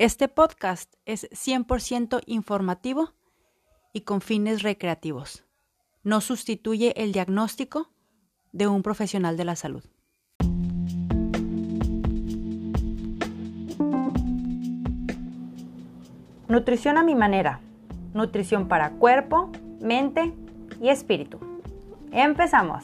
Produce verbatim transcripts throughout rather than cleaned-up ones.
Este podcast es cien por ciento informativo y con fines recreativos. No sustituye el diagnóstico de un profesional de la salud. Nutrición a mi manera. Nutrición para cuerpo, mente y espíritu. Empezamos.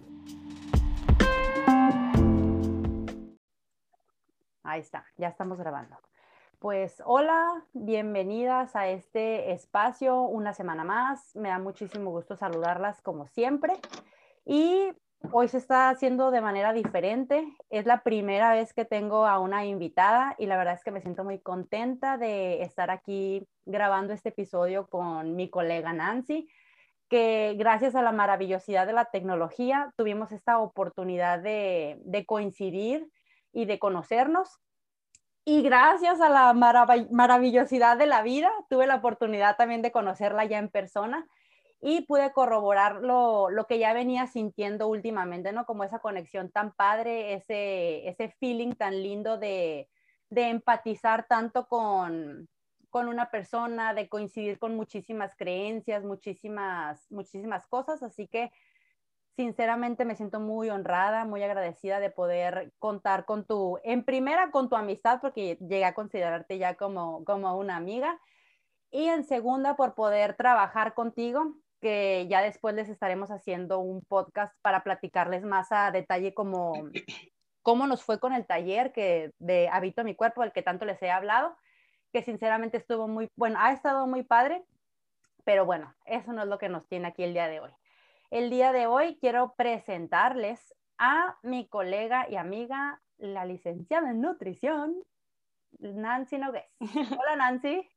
Ahí está, ya estamos grabando. Pues hola, bienvenidas a este espacio una semana más. Me da muchísimo gusto saludarlas como siempre. Y hoy se está haciendo de manera diferente. Es la primera vez que tengo a una invitada y la verdad es que me siento muy contenta de estar aquí grabando este episodio con mi colega Nancy, que gracias a la maravillosidad de la tecnología tuvimos esta oportunidad de, de coincidir y de conocernos. Y gracias a la marav- maravillosidad de la vida, tuve la oportunidad también de conocerla ya en persona y pude corroborar lo, lo que ya venía sintiendo últimamente, ¿no? Como esa conexión tan padre, ese, ese feeling tan lindo de, de empatizar tanto con, con una persona, de coincidir con muchísimas creencias, muchísimas, muchísimas cosas. Así que sinceramente me siento muy honrada, muy agradecida de poder contar con tu, en primera con tu amistad, porque llegué a considerarte ya como, como una amiga, y en segunda por poder trabajar contigo, que ya después les estaremos haciendo un podcast para platicarles más a detalle cómo, cómo nos fue con el taller que de Habito mi Cuerpo, del que tanto les he hablado, que sinceramente estuvo muy, bueno, ha estado muy padre, pero bueno, eso no es lo que nos tiene aquí el día de hoy. El día de hoy quiero presentarles a mi colega y amiga, la licenciada en nutrición, Nancy Nogués. Hola, Nancy.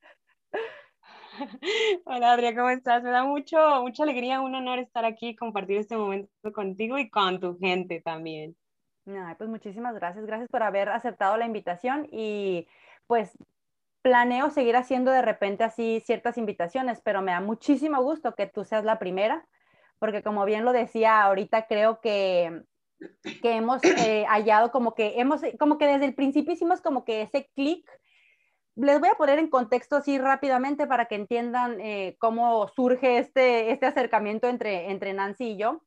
Hola Adriana, ¿cómo estás? Me da mucho, mucha alegría, un honor estar aquí y compartir este momento contigo y con tu gente también. Ay, pues muchísimas gracias. Gracias por haber aceptado la invitación y pues planeo seguir haciendo de repente así ciertas invitaciones, pero me da muchísimo gusto que tú seas la primera, porque como bien lo decía ahorita, creo que que hemos eh, hallado como que hemos, como que desde el principio hicimos como que ese clic. Les voy a poner en contexto así rápidamente para que entiendan eh, cómo surge este, este acercamiento entre, entre Nancy y yo.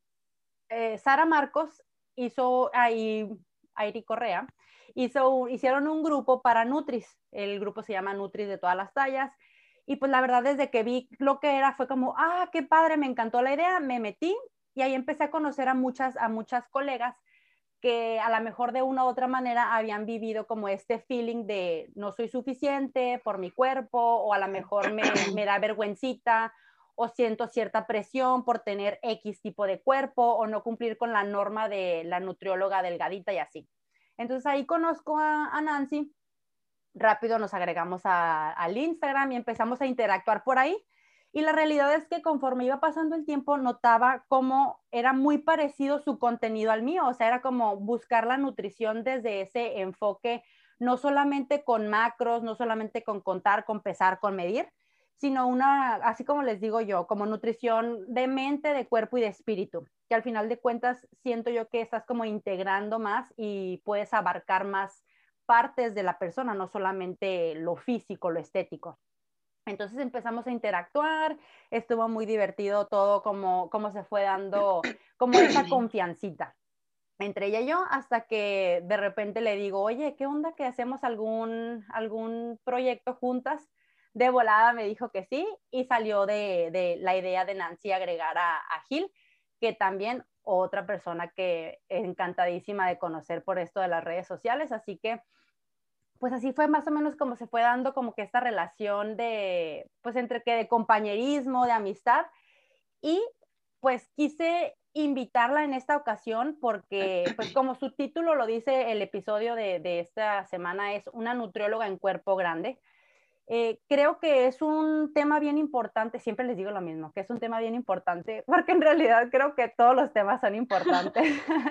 Eh, Sara Marcos hizo, ahí, Airi Correa, hizo, hicieron un grupo para Nutris. El grupo se llama Nutris de todas las tallas. Y pues la verdad, desde que vi lo que era, fue como, ah, qué padre, me encantó la idea, me metí y ahí empecé a conocer a muchas, a muchas colegas que a lo mejor de una u otra manera habían vivido como este feeling de no soy suficiente por mi cuerpo, o a lo mejor me, me da vergüencita, o siento cierta presión por tener X tipo de cuerpo, o no cumplir con la norma de la nutrióloga delgadita y así. Entonces ahí conozco a, a Nancy, rápido nos agregamos a, al Instagram y empezamos a interactuar por ahí. Y la realidad es que conforme iba pasando el tiempo, notaba cómo era muy parecido su contenido al mío. O sea, era como buscar la nutrición desde ese enfoque, no solamente con macros, no solamente con contar, con pesar, con medir, sino una, así como les digo yo, como nutrición de mente, de cuerpo y de espíritu, que al final de cuentas siento yo que estás como integrando más y puedes abarcar más partes de la persona, no solamente lo físico, lo estético. Entonces empezamos a interactuar, estuvo muy divertido todo como, como se fue dando como esa confiancita entre ella y yo, hasta que de repente le digo, oye, ¿qué onda que hacemos algún, algún proyecto juntas? De volada me dijo que sí y salió de, de la idea de Nancy agregar a, a Gil, que también otra persona que encantadísima de conocer por esto de las redes sociales, así que pues así fue más o menos como se fue dando como que esta relación de, pues entre que de compañerismo, de amistad, y pues quise invitarla en esta ocasión porque, pues como su título lo dice, el episodio de, de esta semana es una nutrióloga en cuerpo grande. Eh, creo que es un tema bien importante, siempre les digo lo mismo, que es un tema bien importante, porque en realidad creo que todos los temas son importantes,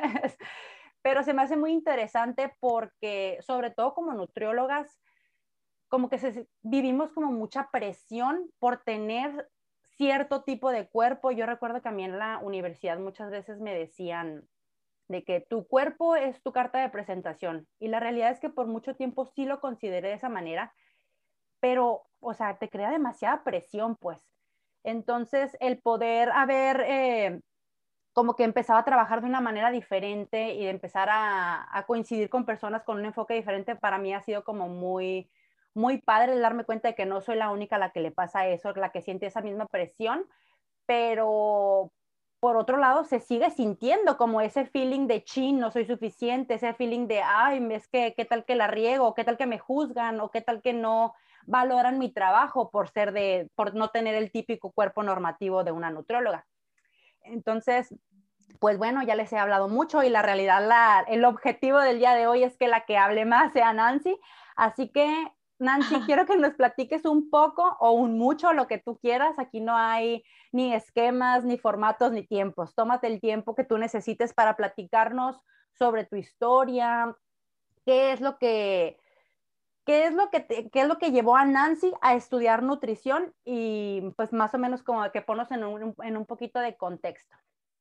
pero se me hace muy interesante porque sobre todo como nutriólogas, como que se, vivimos como mucha presión por tener cierto tipo de cuerpo. Yo recuerdo que a mí en la universidad muchas veces me decían, de que tu cuerpo es tu carta de presentación. Y la realidad es que por mucho tiempo sí lo consideré de esa manera, pero, o sea, te crea demasiada presión, pues. Entonces, el poder haber eh, como que empezaba a trabajar de una manera diferente y de empezar a, a coincidir con personas con un enfoque diferente, para mí ha sido como muy, muy padre el darme cuenta de que no soy la única a la que le pasa eso, la que siente esa misma presión, pero por otro lado se sigue sintiendo como ese feeling de chin, no soy suficiente, ese feeling de, ay, es que qué tal que la riego, qué tal que me juzgan, o qué tal que no valoran mi trabajo por ser de, por no tener el típico cuerpo normativo de una nutrióloga. Entonces, pues bueno, ya les he hablado mucho y la realidad, la, el objetivo del día de hoy es que la que hable más sea Nancy. Así que, Nancy, quiero que nos platiques un poco o un mucho, lo que tú quieras. Aquí no hay ni esquemas, ni formatos, ni tiempos. Tómate el tiempo que tú necesites para platicarnos sobre tu historia, qué es lo que, qué es lo que, te, qué es lo que llevó a Nancy a estudiar nutrición y pues más o menos como que ponos en un, en un poquito de contexto.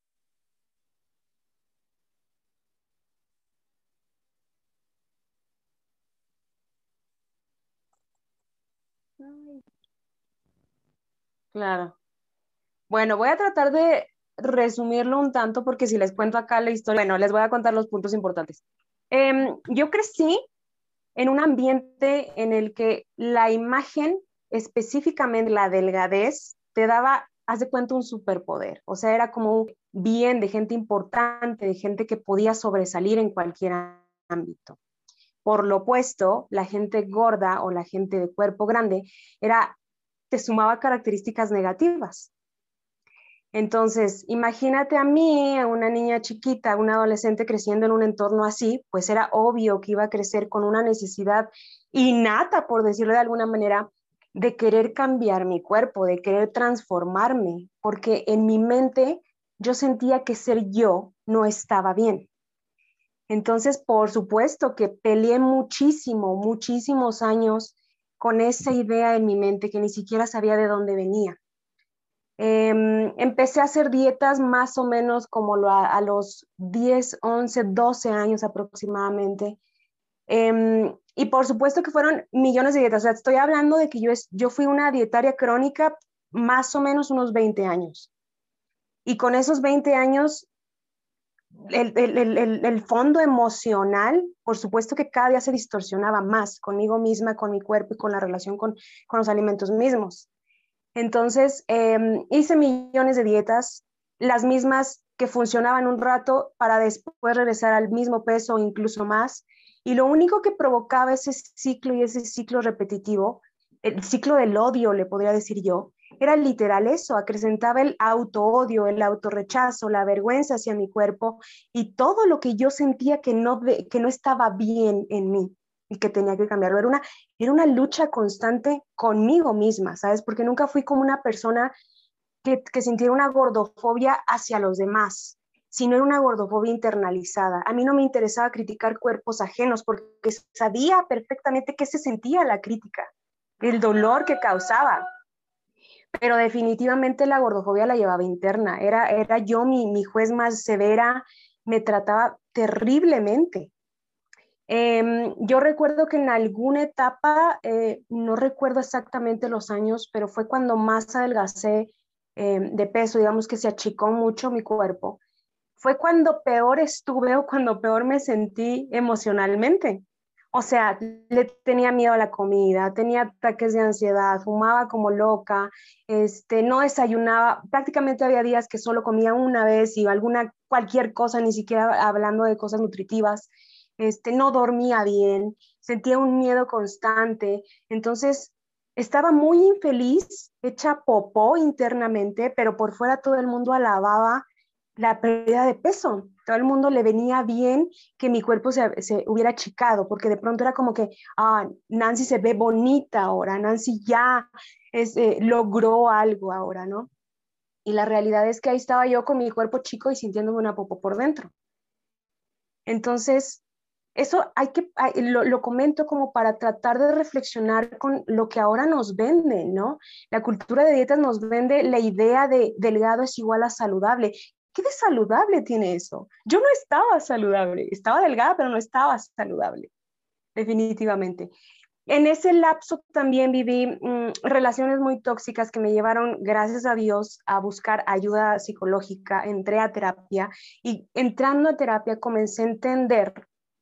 Ay. Claro. Bueno, voy a tratar de resumirlo un tanto porque si les cuento acá la historia, bueno, les voy a contar los puntos importantes. Eh, yo crecí en un ambiente en el que la imagen, específicamente la delgadez, te daba, haz de cuenta, un superpoder. O sea, era como un bien de gente importante, de gente que podía sobresalir en cualquier ámbito. Por lo opuesto, la gente gorda o la gente de cuerpo grande era, te sumaba características negativas. Entonces, imagínate a mí, a una niña chiquita, una adolescente creciendo en un entorno así, pues era obvio que iba a crecer con una necesidad innata, por decirlo de alguna manera, de querer cambiar mi cuerpo, de querer transformarme, porque en mi mente yo sentía que ser yo no estaba bien. Entonces, por supuesto que peleé muchísimo, muchísimos años con esa idea en mi mente que ni siquiera sabía de dónde venía. Eh, empecé a hacer dietas más o menos como lo a, a los diez, once, doce años aproximadamente. Eh, y por supuesto que fueron millones de dietas. O sea, estoy hablando de que yo, es, yo fui una dietaria crónica más o menos unos veinte años. Y con esos veinte años, el, el, el, el fondo emocional, por supuesto que cada día se distorsionaba más conmigo misma, con mi cuerpo y con la relación con, con los alimentos mismos. Entonces, eh, hice millones de dietas, las mismas que funcionaban un rato para después regresar al mismo peso o incluso más. Y lo único que provocaba ese ciclo y ese ciclo repetitivo, el ciclo del odio, le podría decir yo, era literal eso, acrecentaba el auto-odio, el autorrechazo, la vergüenza hacia mi cuerpo y todo lo que yo sentía que no, que no estaba bien en mí y que tenía que cambiarlo. Era una, era una lucha constante conmigo misma, ¿sabes? Porque nunca fui como una persona que, que sintiera una gordofobia hacia los demás, sino era una gordofobia internalizada. A mí no me interesaba criticar cuerpos ajenos porque sabía perfectamente qué se sentía la crítica, el dolor que causaba. Pero definitivamente la gordofobia la llevaba interna. Era, era yo mi, mi juez más severa, me trataba terriblemente. Eh, yo recuerdo que en alguna etapa, eh, no recuerdo exactamente los años, pero fue cuando más adelgacé eh, de peso, digamos que se achicó mucho mi cuerpo. Fue cuando peor estuve o cuando peor me sentí emocionalmente. O sea, le tenía miedo a la comida, tenía ataques de ansiedad, fumaba como loca, este, no desayunaba, prácticamente había días que solo comía una vez y alguna, cualquier cosa, ni siquiera hablando de cosas nutritivas. Este, no dormía bien, sentía un miedo constante, entonces estaba muy infeliz, hecha popó internamente, pero por fuera todo el mundo alababa la pérdida de peso, todo el mundo le venía bien que mi cuerpo se, se hubiera achicado, porque de pronto era como que, ah, Nancy se ve bonita ahora, Nancy ya es, eh, logró algo ahora, ¿no? Y la realidad es que ahí estaba yo con mi cuerpo chico y sintiéndome una popó por dentro. Entonces, eso hay que, hay, lo, lo, comento como para tratar de reflexionar con lo que ahora nos venden, ¿no? La cultura de dietas nos vende la idea de delgado es igual a saludable, ¿qué de saludable tiene eso? Yo no estaba saludable, estaba delgada, pero no estaba saludable, definitivamente. En ese lapso también viví mmm, relaciones muy tóxicas que me llevaron, gracias a Dios, a buscar ayuda psicológica. Entré a terapia y entrando a terapia comencé a entender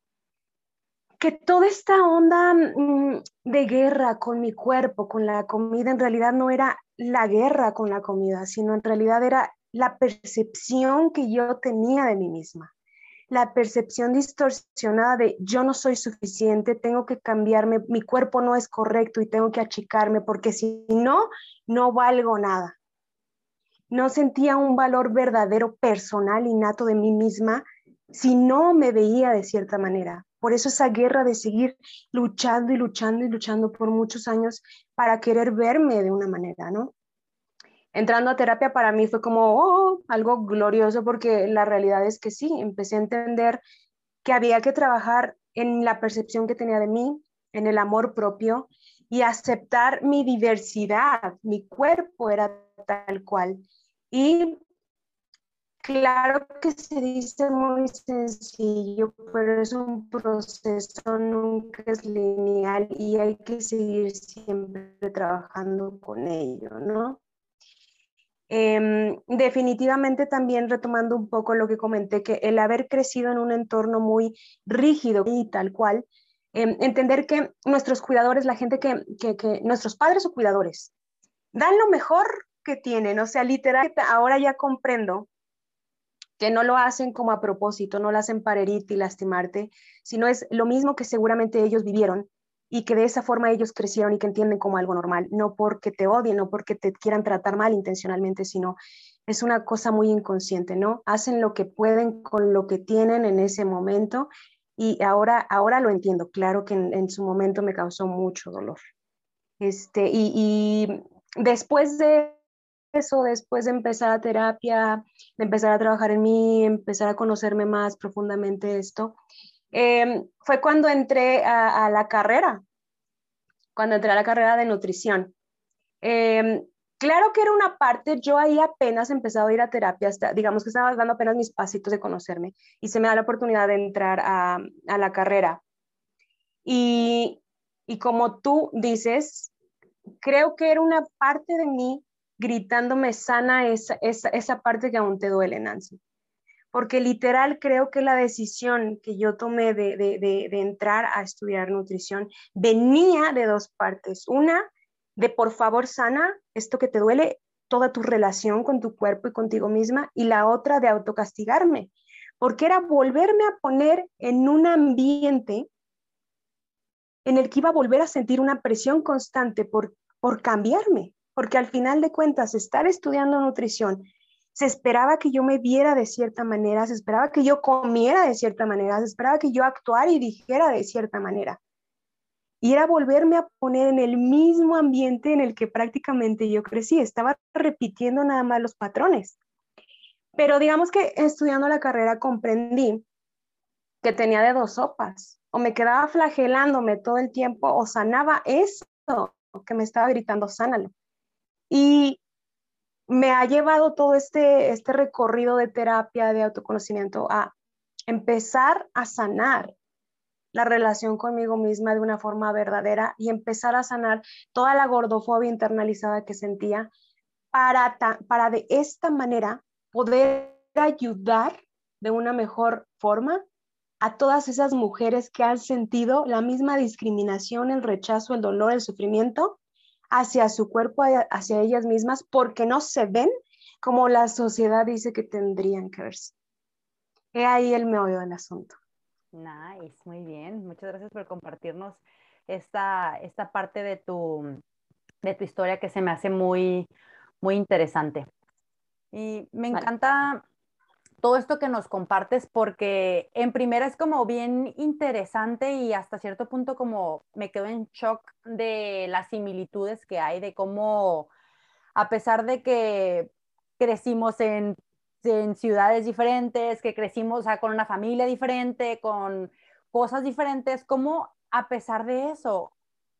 que toda esta onda mmm, de guerra con mi cuerpo, con la comida, en realidad no era la guerra con la comida, sino en realidad era la percepción que yo tenía de mí misma, la percepción distorsionada de yo no soy suficiente, tengo que cambiarme, mi cuerpo no es correcto y tengo que achicarme porque si no, no valgo nada. No sentía un valor verdadero, personal, innato de mí misma si no me veía de cierta manera. Por eso esa guerra de seguir luchando y luchando y luchando por muchos años para querer verme de una manera, ¿no? Entrando a terapia para mí fue como oh, algo glorioso porque la realidad es que sí, empecé a entender que había que trabajar en la percepción que tenía de mí, en el amor propio y aceptar mi diversidad. Mi cuerpo era tal cual. Y claro que se dice muy sencillo, pero es un proceso, nunca es lineal y hay que seguir siempre trabajando con ello, ¿no? Eh, definitivamente también retomando un poco lo que comenté, que el haber crecido en un entorno muy rígido y tal cual, eh, entender que nuestros cuidadores, la gente que, que, que, nuestros padres o cuidadores, dan lo mejor que tienen, o sea, literal, ahora ya comprendo que no lo hacen como a propósito, no lo hacen para herirte y lastimarte, sino es lo mismo que seguramente ellos vivieron y que de esa forma ellos crecieron y que entienden como algo normal, no porque te odien, no porque te quieran tratar mal intencionalmente, sino es una cosa muy inconsciente, ¿no? Hacen lo que pueden con lo que tienen en ese momento y ahora, ahora lo entiendo, claro que en, en su momento me causó mucho dolor. Este, y, y después de eso, después de empezar a terapia, de empezar a trabajar en mí, empezar a conocerme más profundamente esto, eh, fue cuando entré a, a, la carrera, cuando entré a la carrera de nutrición. Eh, claro que era una parte, yo ahí apenas empezaba a ir a terapia, hasta, digamos que estaba dando apenas mis pasitos de conocerme y se me da la oportunidad de entrar a, a la carrera. Y, y como tú dices, creo que era una parte de mí gritándome sana esa, esa, esa parte que aún te duele, Nancy. Porque literal creo que la decisión que yo tomé de, de, de, de entrar a estudiar nutrición venía de dos partes. Una, de por favor sana esto que te duele, toda tu relación con tu cuerpo y contigo misma, y la otra de autocastigarme, porque era volverme a poner en un ambiente en el que iba a volver a sentir una presión constante por, por cambiarme, porque al final de cuentas, estar estudiando nutrición, se esperaba que yo me viera de cierta manera, se esperaba que yo comiera de cierta manera, se esperaba que yo actuara y dijera de cierta manera. Y era volverme a poner en el mismo ambiente en el que prácticamente yo crecí, estaba repitiendo nada más los patrones. Pero digamos que estudiando la carrera comprendí que tenía de dos sopas, o me quedaba flagelándome todo el tiempo, o sanaba eso que me estaba gritando, sánalo. Y me ha llevado todo este, este recorrido de terapia, de autoconocimiento, a empezar a sanar la relación conmigo misma de una forma verdadera y empezar a sanar toda la gordofobia internalizada que sentía para, para de esta manera poder ayudar de una mejor forma a todas esas mujeres que han sentido la misma discriminación, el rechazo, el dolor, el sufrimiento hacia su cuerpo, hacia ellas mismas, porque no se ven como la sociedad dice que tendrían que verse. He ahí el meollo del asunto. Nice, muy bien. Muchas gracias por compartirnos esta, esta parte de tu, de tu historia que se me hace muy, muy interesante. Y me Vale. encanta todo esto que nos compartes porque en primera es como bien interesante y hasta cierto punto como me quedo en shock de las similitudes que hay, de cómo a pesar de que crecimos en, en ciudades diferentes, que crecimos, o sea, con una familia diferente, con cosas diferentes, cómo a pesar de eso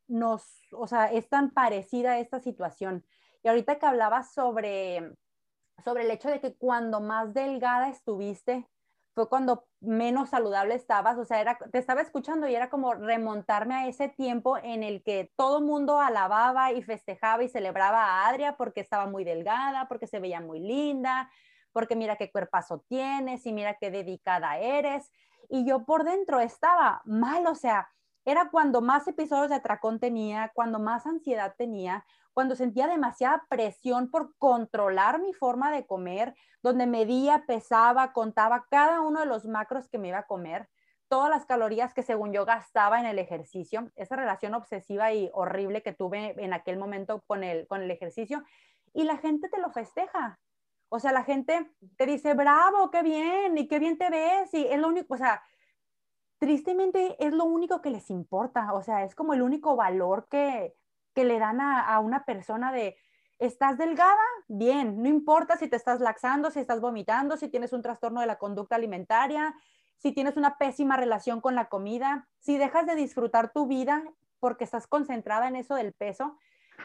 nos, o sea, es tan parecida esta situación. Y ahorita que hablabas sobre sobre el hecho de que cuando más delgada estuviste, fue cuando menos saludable estabas, o sea, era, te estaba escuchando y era como remontarme a ese tiempo en el que todo mundo alababa y festejaba y celebraba a Adria porque estaba muy delgada, porque se veía muy linda, porque mira qué cuerpazo tienes y mira qué dedicada eres. Y yo por dentro estaba mal, o sea, era cuando más episodios de atracón tenía, cuando más ansiedad tenía, cuando sentía demasiada presión por controlar mi forma de comer, donde medía, pesaba, contaba cada uno de los macros que me iba a comer, todas las calorías que según yo gastaba en el ejercicio, esa relación obsesiva y horrible que tuve en aquel momento con el, con el ejercicio, y la gente te lo festeja. O sea, la gente te dice, bravo, qué bien, y qué bien te ves, y es lo único, o sea, tristemente es lo único que les importa, o sea, es como el único valor que, que le dan a, a una persona de, ¿estás delgada? Bien, no importa si te estás laxando, si estás vomitando, si tienes un trastorno de la conducta alimentaria, si tienes una pésima relación con la comida, si dejas de disfrutar tu vida porque estás concentrada en eso del peso.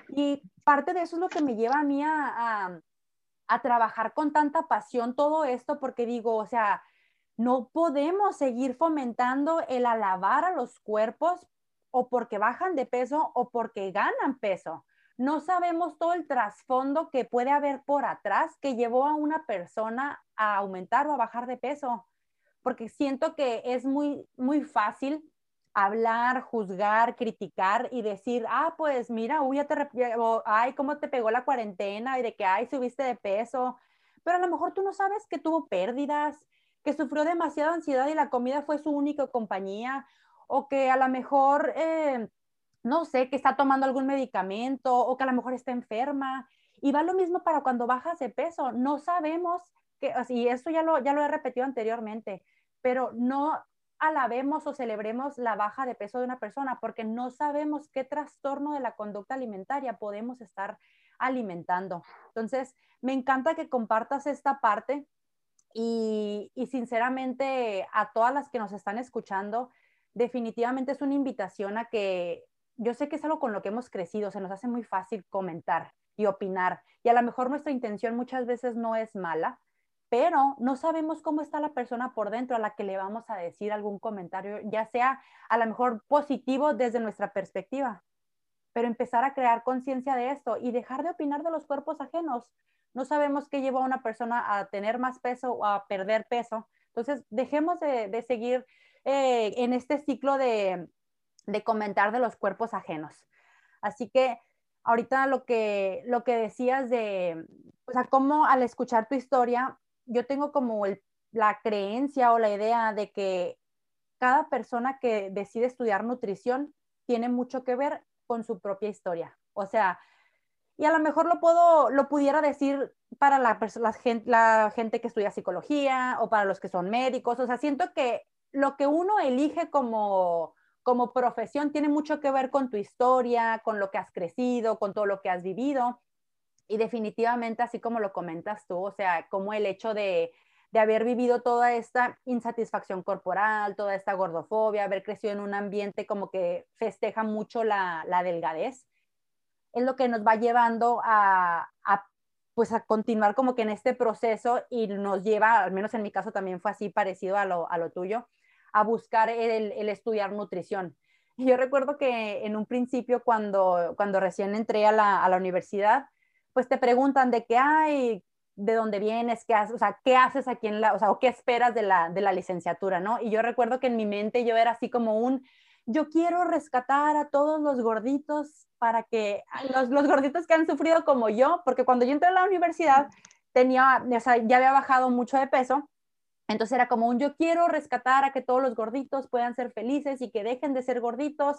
Y parte de eso es lo que me lleva a mí a, a, a trabajar con tanta pasión todo esto, porque digo, o sea, no podemos seguir fomentando el alabar a los cuerpos o porque bajan de peso o porque ganan peso. No sabemos todo el trasfondo que puede haber por atrás que llevó a una persona a aumentar o a bajar de peso, porque siento que es muy, muy fácil hablar, juzgar, criticar y decir, ah, pues mira, uy, ya te, o, ay, cómo te pegó la cuarentena y de que, ay, subiste de peso, pero a lo mejor tú no sabes que tuvo pérdidas, que sufrió demasiada ansiedad y la comida fue su única compañía, o que a lo mejor, eh, no sé, que está tomando algún medicamento, o que a lo mejor está enferma. Y va lo mismo para cuando bajas de peso. No sabemos que, y esto ya lo, ya lo he repetido anteriormente, pero no alabemos o celebremos la baja de peso de una persona porque no sabemos qué trastorno de la conducta alimentaria podemos estar alimentando. Entonces, me encanta que compartas esta parte y, y sinceramente a todas las que nos están escuchando, definitivamente es una invitación a que yo sé que es algo con lo que hemos crecido, se nos hace muy fácil comentar y opinar y a lo mejor nuestra intención muchas veces no es mala, pero no sabemos cómo está la persona por dentro a la que le vamos a decir algún comentario, ya sea a lo mejor positivo desde nuestra perspectiva, pero empezar a crear conciencia de esto y dejar de opinar de los cuerpos ajenos. No sabemos qué llevó a una persona a tener más peso o a perder peso. Entonces, dejemos de, de seguir eh, en este ciclo de, de comentar de los cuerpos ajenos. Así que ahorita lo que, lo que decías de, o sea, cómo al escuchar tu historia, yo tengo como el, la creencia o la idea de que cada persona que decide estudiar nutrición tiene mucho que ver con su propia historia. O sea, y a lo mejor lo puedo, lo pudiera decir para la, la, gente, la gente que estudia psicología o para los que son médicos. O sea, siento que lo que uno elige como, como profesión tiene mucho que ver con tu historia, con lo que has crecido, con todo lo que has vivido. Y definitivamente, así como lo comentas tú, o sea, como el hecho de, de haber vivido toda esta insatisfacción corporal, toda esta gordofobia, haber crecido en un ambiente como que festeja mucho la, la delgadez, es lo que nos va llevando a, a, pues a continuar como que en este proceso y nos lleva, al menos en mi caso también fue así parecido a lo, a lo tuyo, a buscar el, el estudiar nutrición. Y yo recuerdo que en un principio cuando, cuando recién entré a la, a la universidad, pues te preguntan de qué hay, de dónde vienes, qué haces, o sea, qué haces aquí en la, o sea, o qué esperas de la, de la licenciatura, ¿no? Y yo recuerdo que en mi mente yo era así como un, yo quiero rescatar a todos los gorditos para que, los, los gorditos que han sufrido como yo, porque cuando yo entré a la universidad tenía, o sea, ya había bajado mucho de peso, entonces era como un yo quiero rescatar a que todos los gorditos puedan ser felices y que dejen de ser gorditos.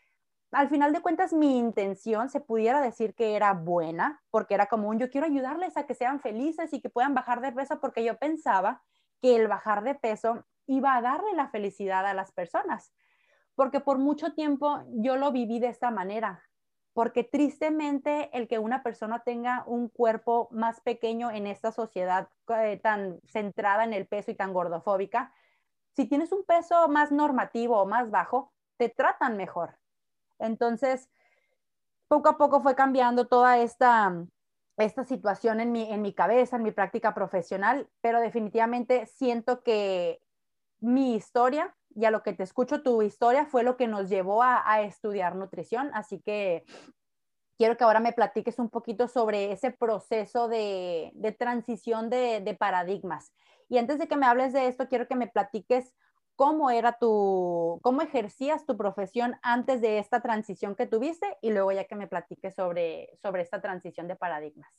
Al final de cuentas, mi intención se pudiera decir que era buena, porque era como un yo quiero ayudarles a que sean felices y que puedan bajar de peso, porque yo pensaba que el bajar de peso iba a darle la felicidad a las personas, porque por mucho tiempo yo lo viví de esta manera, porque tristemente el que una persona tenga un cuerpo más pequeño en esta sociedad eh, tan centrada en el peso y tan gordofóbica, si tienes un peso más normativo o más bajo, te tratan mejor. Entonces, poco a poco fue cambiando toda esta, esta situación en mi, en mi cabeza, en mi práctica profesional, pero definitivamente siento que mi historia y a lo que te escucho, tu historia fue lo que nos llevó a, a estudiar nutrición, así que quiero que ahora me platiques un poquito sobre ese proceso de, de transición de, de, paradigmas. Y antes de que me hables de esto, quiero que me platiques cómo era tu, cómo ejercías tu profesión antes de esta transición que tuviste y luego ya que me platiques sobre, sobre esta transición de paradigmas.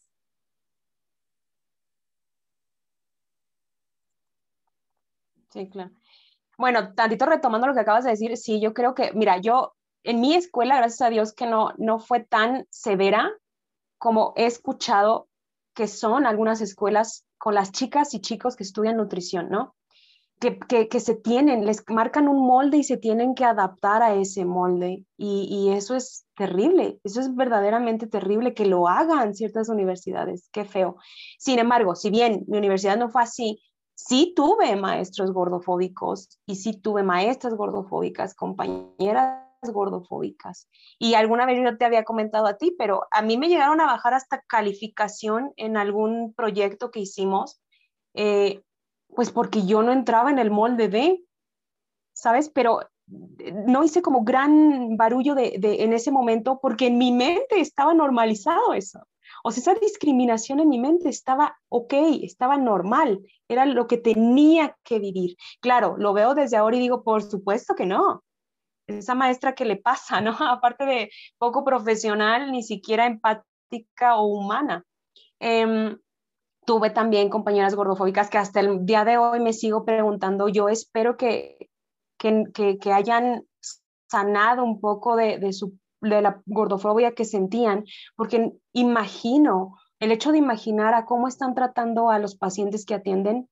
Sí, claro. Bueno, tantito retomando lo que acabas de decir, sí, yo creo que, mira, yo en mi escuela, gracias a Dios que no, no fue tan severa como he escuchado que son algunas escuelas con las chicas y chicos que estudian nutrición, ¿no? Que, que, que se tienen, les marcan un molde y se tienen que adaptar a ese molde. Y, y eso es terrible, eso es verdaderamente terrible que lo hagan ciertas universidades, qué feo. Sin embargo, si bien mi universidad no fue así, sí tuve maestros gordofóbicos y sí tuve maestras gordofóbicas, compañeras gordofóbicas. Y alguna vez yo te había comentado a ti, pero a mí me llegaron a bajar hasta calificación en algún proyecto que hicimos, eh, pues porque yo no entraba en el molde de, ¿sabes? Pero no hice como gran barullo de, de, en ese momento porque en mi mente estaba normalizado eso. O sea, esa discriminación en mi mente estaba ok, estaba normal, era lo que tenía que vivir. Claro, lo veo desde ahora y digo, por supuesto que no. Esa maestra que le pasa, ¿no? Aparte de poco profesional, ni siquiera empática o humana. Eh, tuve también compañeras gordofóbicas que hasta el día de hoy me sigo preguntando, yo espero que, que, que, que hayan sanado un poco de, de, su, de la gordofobia que sentían, porque imagino, el hecho de imaginar a cómo están tratando a los pacientes que atienden,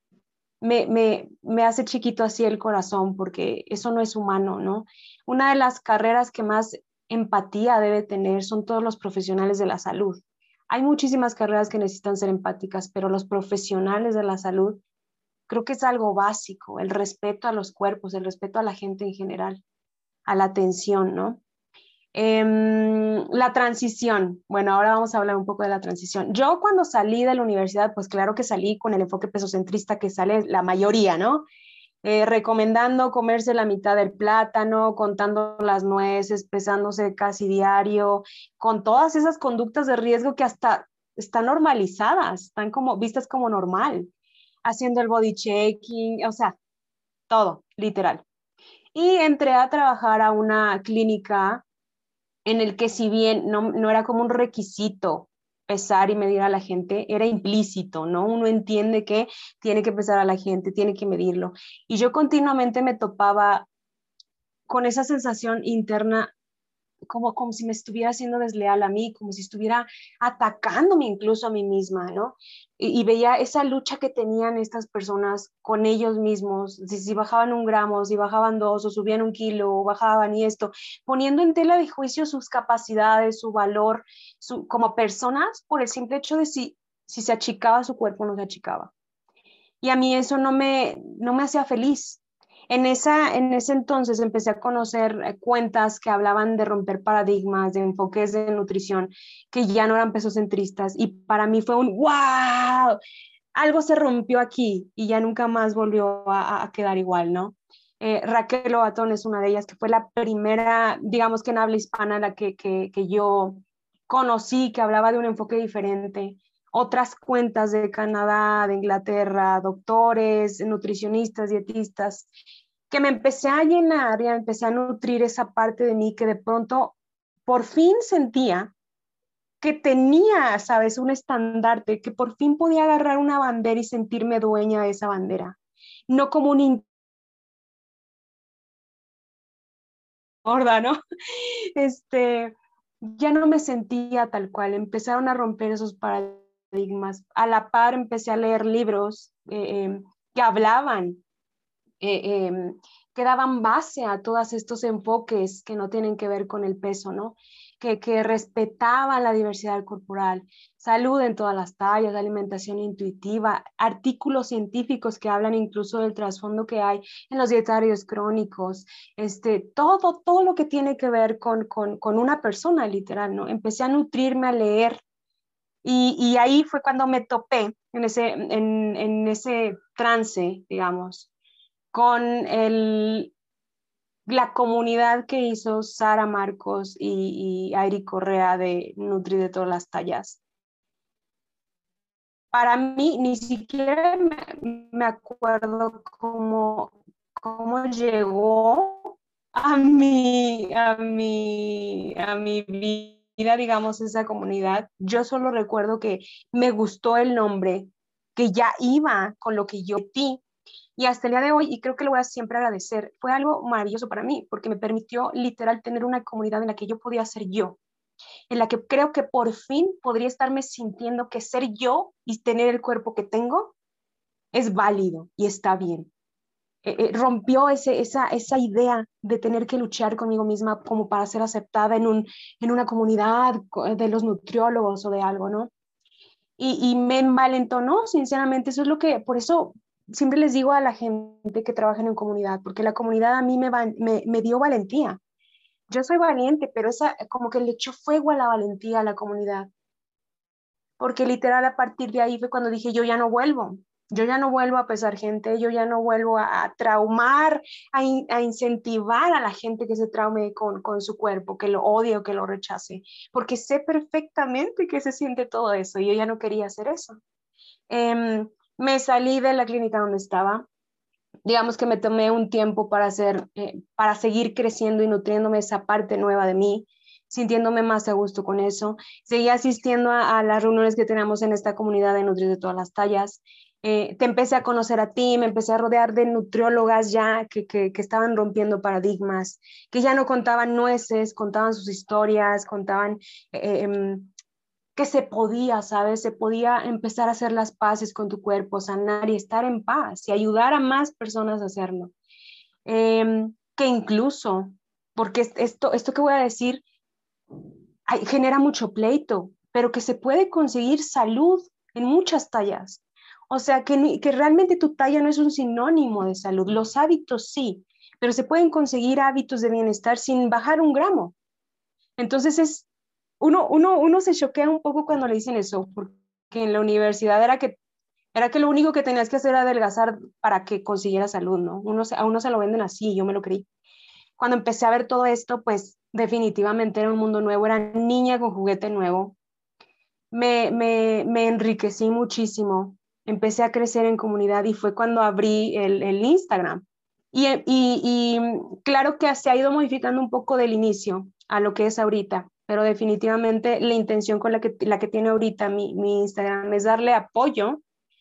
me, me, me hace chiquito así el corazón, porque eso no es humano, ¿no? Una de las carreras que más empatía debe tener son todos los profesionales de la salud. Hay muchísimas carreras que necesitan ser empáticas, pero los profesionales de la salud creo que es algo básico, el respeto a los cuerpos, el respeto a la gente en general, a la atención, ¿no? Eh, la transición. Bueno, ahora vamos a hablar un poco de la transición. Yo cuando salí de la universidad, pues claro que salí con el enfoque pesocentrista que sale la mayoría, ¿no? Eh, recomendando comerse la mitad del plátano, contando las nueces, pesándose casi diario, con todas esas conductas de riesgo que hasta están normalizadas, están como vistas como normal, haciendo el body checking, o sea, todo, literal. Y entré a trabajar a una clínica en el que si bien no, no era como un requisito pesar y medir a la gente, era implícito, ¿no? Uno entiende que tiene que pesar a la gente, tiene que medirlo. Y yo continuamente me topaba con esa sensación interna como, como si me estuviera siendo desleal a mí, como si estuviera atacándome incluso a mí misma, ¿no? Y, y veía esa lucha que tenían estas personas con ellos mismos, si, si bajaban un gramo, si bajaban dos, o subían un kilo, o bajaban y esto, poniendo en tela de juicio sus capacidades, su valor, su, como personas, por el simple hecho de si, si se achicaba su cuerpo o no se achicaba. Y a mí eso no me, no me hacía feliz. En, esa, en ese entonces empecé a conocer eh, cuentas que hablaban de romper paradigmas, de enfoques de nutrición, que ya no eran pesocentristas. Y para mí fue un wow, algo se rompió aquí y ya nunca más volvió a, a quedar igual, ¿no? Eh, Raquel Lobatón es una de ellas, que fue la primera, digamos que en habla hispana, la que, que, que yo conocí, que hablaba de un enfoque diferente. Otras cuentas de Canadá, de Inglaterra, doctores, nutricionistas, dietistas, que me empecé a llenar y empecé a nutrir esa parte de mí que de pronto por fin sentía que tenía, sabes, un estandarte, que por fin podía agarrar una bandera y sentirme dueña de esa bandera, no como un gorda, ¿no? Este, ya no me sentía tal cual, empezaron a romper esos paradigmas. A la par empecé a leer libros eh, eh, que hablaban, eh, eh, que daban base a todos estos enfoques que no tienen que ver con el peso, ¿no? Que, que respetaban la diversidad corporal, salud en todas las tallas, alimentación intuitiva, artículos científicos que hablan incluso del trasfondo que hay en los dietarios crónicos, este, todo, todo lo que tiene que ver con, con, con una persona, literal, ¿no? Empecé a nutrirme, a leer Y, y ahí fue cuando me topé en ese, en, en ese trance, digamos, con el, la comunidad que hizo Sara Marcos y, y Airi Correa de Nutri de todas las tallas. Para mí ni siquiera me, me acuerdo cómo, cómo llegó a mi, a mi, a mi vida, digamos, esa comunidad. Yo solo recuerdo que me gustó el nombre, que ya iba con lo que yo di. Y hasta el día de hoy, y creo que lo voy a siempre agradecer, fue algo maravilloso para mí, porque me permitió literal tener una comunidad en la que yo podía ser yo, en la que creo que por fin podría estarme sintiendo que ser yo y tener el cuerpo que tengo es válido y está bien. Eh, eh, rompió ese, esa, esa idea de tener que luchar conmigo misma como para ser aceptada en, un, en una comunidad de los nutriólogos o de algo, ¿no? Y, y me envalentonó, sinceramente, eso es lo que, por eso siempre les digo a la gente que trabaja en comunidad, porque la comunidad a mí me, me, me dio valentía. Yo soy valiente, pero esa como que le echó fuego a la valentía a la comunidad. Porque literal a partir de ahí fue cuando dije, yo ya no vuelvo. Yo ya no vuelvo a pesar gente, yo ya no vuelvo a, a traumar, a, in, a, incentivar a la gente que se traume con, con su cuerpo, que lo odie o que lo rechace, porque sé perfectamente que se siente todo eso y yo ya no quería hacer eso. Eh, me salí de la clínica donde estaba, digamos que me tomé un tiempo para, hacer, eh, para seguir creciendo y nutriéndome esa parte nueva de mí, sintiéndome más a gusto con eso. Seguí asistiendo a, a las reuniones que tenemos en esta comunidad de Nutri de todas las tallas. Eh, te empecé a conocer a ti, me empecé a rodear de nutriólogas ya que, que, que estaban rompiendo paradigmas, que ya no contaban nueces, contaban sus historias, contaban... Eh, eh, que se podía, ¿sabes? Se podía empezar a hacer las paces con tu cuerpo, sanar y estar en paz y ayudar a más personas a hacerlo. Eh, que incluso, porque esto, esto que voy a decir hay, genera mucho pleito, pero que se puede conseguir salud en muchas tallas. O sea, que, que realmente tu talla no es un sinónimo de salud. Los hábitos sí, pero se pueden conseguir hábitos de bienestar sin bajar un gramo. Entonces es, uno, uno, uno se choquea un poco cuando le dicen eso, porque en la universidad era que, era que lo único que tenías que hacer era adelgazar para que consiguieras salud, ¿no? Uno, a uno se lo venden así, yo me lo creí. Cuando empecé a ver todo esto, pues definitivamente era un mundo nuevo, era niña con juguete nuevo. Me, me, me enriquecí muchísimo, empecé a crecer en comunidad y fue cuando abrí el, el Instagram. Y, y, y claro que se ha ido modificando un poco del inicio a lo que es ahorita, pero definitivamente la intención con la que, la que tiene ahorita mi, mi Instagram es darle apoyo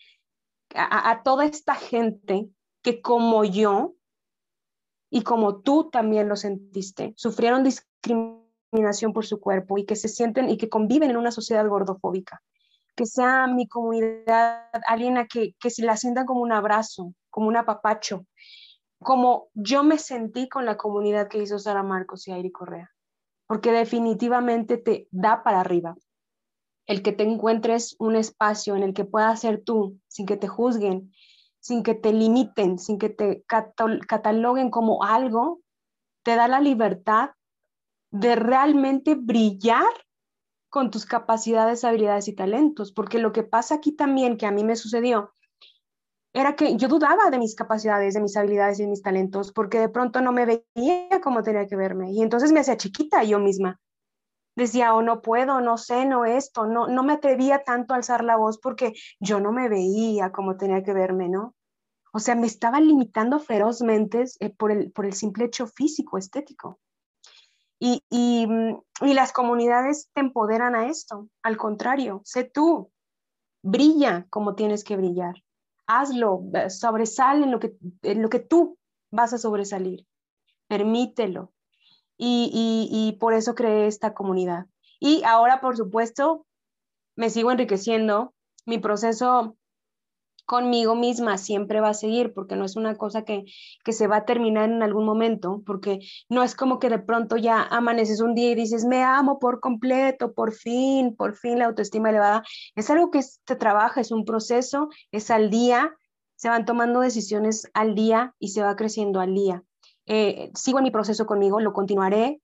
a, a toda esta gente que como yo y como tú también lo sentiste, sufrieron discriminación por su cuerpo y que se sienten y que conviven en una sociedad gordofóbica. Que sea mi comunidad alguien a que, que se la sientan como un abrazo, como un apapacho, como yo me sentí con la comunidad que hizo Sara Marcos y Airi Correa, porque definitivamente te da para arriba. El que te encuentres un espacio en el que puedas ser tú, sin que te juzguen, sin que te limiten, sin que te cataloguen como algo, te da la libertad de realmente brillar con tus capacidades, habilidades y talentos, porque lo que pasa aquí también, que a mí me sucedió, era que yo dudaba de mis capacidades, de mis habilidades y de mis talentos, porque de pronto no me veía como tenía que verme. Y entonces me hacía chiquita yo misma. Decía, o oh, no puedo, no sé, no esto, no, no me atrevía tanto a alzar la voz porque yo no me veía como tenía que verme, ¿no? O sea, me estaba limitando ferozmente eh, por, el, por el simple hecho físico, estético. Y, y, y las comunidades te empoderan a esto. Al contrario, sé tú, brilla como tienes que brillar. Hazlo, sobresale en lo que, en lo que tú vas a sobresalir. Permítelo. Y, y, y por eso creé esta comunidad. Y ahora, por supuesto, me sigo enriqueciendo. Mi proceso conmigo misma siempre va a seguir, porque no es una cosa que, que se va a terminar en algún momento, porque no es como que de pronto ya amaneces un día y dices, me amo por completo, por fin, por fin la autoestima elevada. Es algo que se trabaja, es un proceso, es al día, se van tomando decisiones al día y se va creciendo al día. Eh, sigo en mi proceso conmigo, lo continuaré,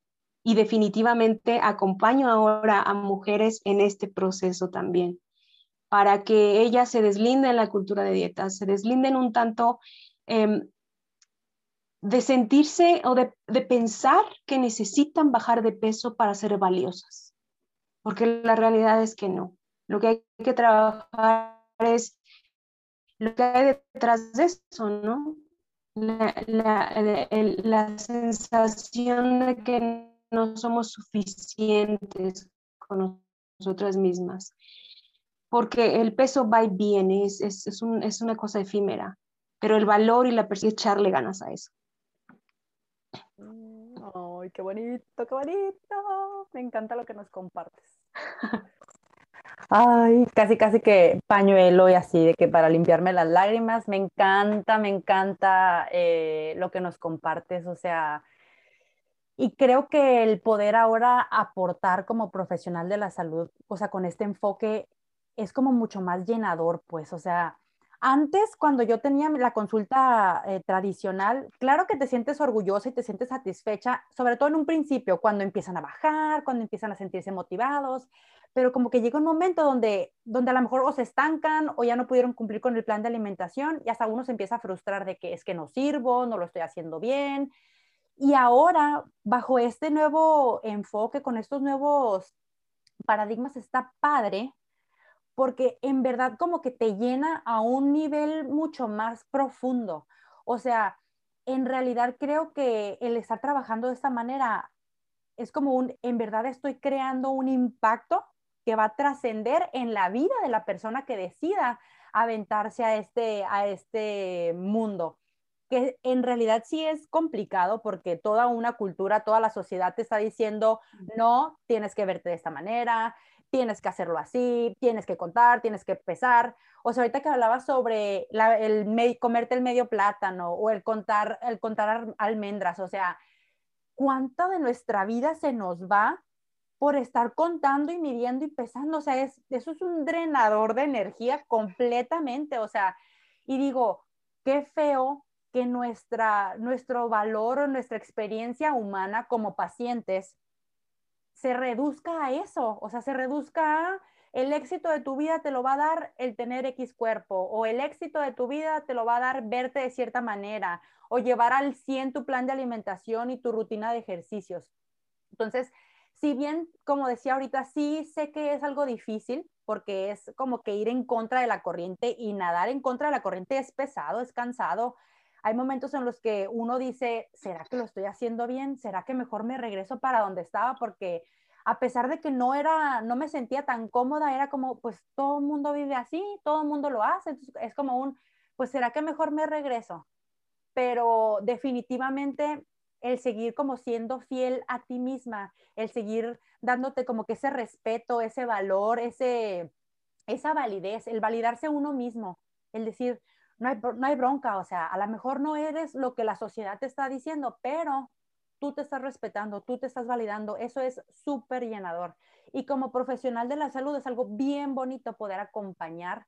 y definitivamente acompaño ahora a mujeres en este proceso también, para que ellas se deslinden de la cultura de dietas, se deslinden un tanto eh, de sentirse o de, de pensar que necesitan bajar de peso para ser valiosas, porque la realidad es que no. Lo que hay que trabajar es lo que hay detrás de eso, ¿no? La, la, el, la sensación de que no somos suficientes con nosotras mismas, porque el peso va y viene, es, es, es, un, es una cosa efímera, pero el valor y la perspectiva es echarle ganas a eso. Ay, qué bonito, qué bonito. Me encanta lo que nos compartes. Ay, casi, casi que pañuelo y así, de que para limpiarme las lágrimas. Me encanta, me encanta eh, lo que nos compartes. O sea, y creo que el poder ahora aportar como profesional de la salud, o sea, con este enfoque, es como mucho más llenador, pues, o sea, antes cuando yo tenía la consulta eh, tradicional, claro que te sientes orgullosa y te sientes satisfecha, sobre todo en un principio, cuando empiezan a bajar, cuando empiezan a sentirse motivados, pero como que llega un momento donde, donde a lo mejor o se estancan o ya no pudieron cumplir con el plan de alimentación y hasta uno se empieza a frustrar de que es que no sirvo, no lo estoy haciendo bien, y ahora, bajo este nuevo enfoque, con estos nuevos paradigmas, está padre, porque en verdad como que te llena a un nivel mucho más profundo. O sea, en realidad creo que el estar trabajando de esta manera es como un, en verdad estoy creando un impacto que va a trascender en la vida de la persona que decida aventarse a este, a este mundo, que en realidad sí es complicado porque toda una cultura, toda la sociedad te está diciendo, no, tienes que verte de esta manera, tienes que hacerlo así, tienes que contar, tienes que pesar. O sea, ahorita que hablabas sobre la, el me, comerte el medio plátano o el contar, el contar almendras, o sea, ¿cuánta de nuestra vida se nos va por estar contando y midiendo y pesando? O sea, es, eso es un drenador de energía completamente. O sea, y digo, qué feo que nuestra, nuestro valor o nuestra experiencia humana como pacientes se reduzca a eso, o sea, se reduzca a el éxito de tu vida te lo va a dar el tener X cuerpo, o el éxito de tu vida te lo va a dar verte de cierta manera, o llevar al cien tu plan de alimentación y tu rutina de ejercicios. Entonces, si bien, como decía ahorita, sí sé que es algo difícil, porque es como que ir en contra de la corriente y nadar en contra de la corriente es pesado, es cansado. Hay momentos en los que uno dice, ¿será que lo estoy haciendo bien? ¿Será que mejor me regreso para donde estaba? Porque a pesar de que no era, no me sentía tan cómoda, era como, pues todo el mundo vive así, todo el mundo lo hace, entonces es como un, pues ¿será que mejor me regreso? Pero definitivamente el seguir como siendo fiel a ti misma, el seguir dándote como que ese respeto, ese valor, ese, esa validez, el validarse a uno mismo, el decir, no hay, no hay bronca, o sea, a lo mejor no eres lo que la sociedad te está diciendo, pero tú te estás respetando, tú te estás validando, eso es súper llenador. Y como profesional de la salud es algo bien bonito poder acompañar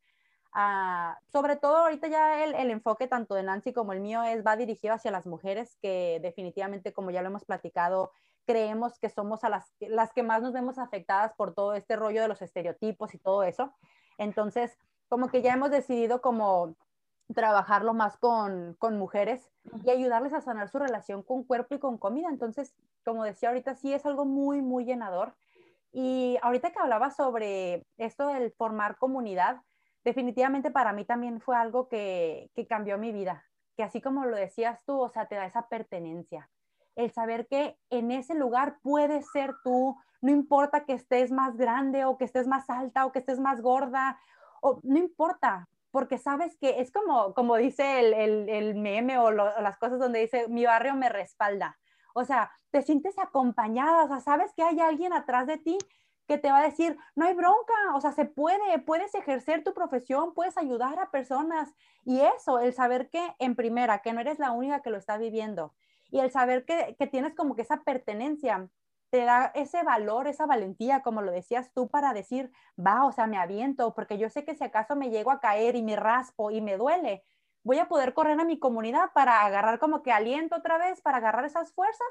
a, sobre todo ahorita ya el, el, enfoque tanto de Nancy como el mío es, va dirigido hacia las mujeres que definitivamente, como ya lo hemos platicado, creemos que somos a las, las que más nos vemos afectadas por todo este rollo de los estereotipos y todo eso. Entonces, como que ya hemos decidido como trabajarlo más con, con mujeres y ayudarles a sanar su relación con cuerpo y con comida. Entonces, como decía ahorita, sí es algo muy, muy llenador. Y ahorita que hablaba sobre esto del formar comunidad, definitivamente para mí también fue algo que, que cambió mi vida, que así como lo decías tú, o sea, te da esa pertenencia, el saber que en ese lugar puedes ser tú, no importa que estés más grande o que estés más alta o que estés más gorda, o no importa, porque sabes que es como, como dice el, el, el meme o, lo, o las cosas donde dice, mi barrio me respalda. O sea, te sientes acompañada, o sea, sabes que hay alguien atrás de ti que te va a decir, no hay bronca, o sea, se puede, puedes ejercer tu profesión, puedes ayudar a personas. Y eso, el saber que en primera, que no eres la única que lo está viviendo, y el saber que, que tienes como que esa pertenencia, te da ese valor, esa valentía, como lo decías tú, para decir, va, o sea, me aviento, porque yo sé que si acaso me llego a caer y me raspo y me duele, voy a poder correr a mi comunidad para agarrar como que aliento otra vez, para agarrar esas fuerzas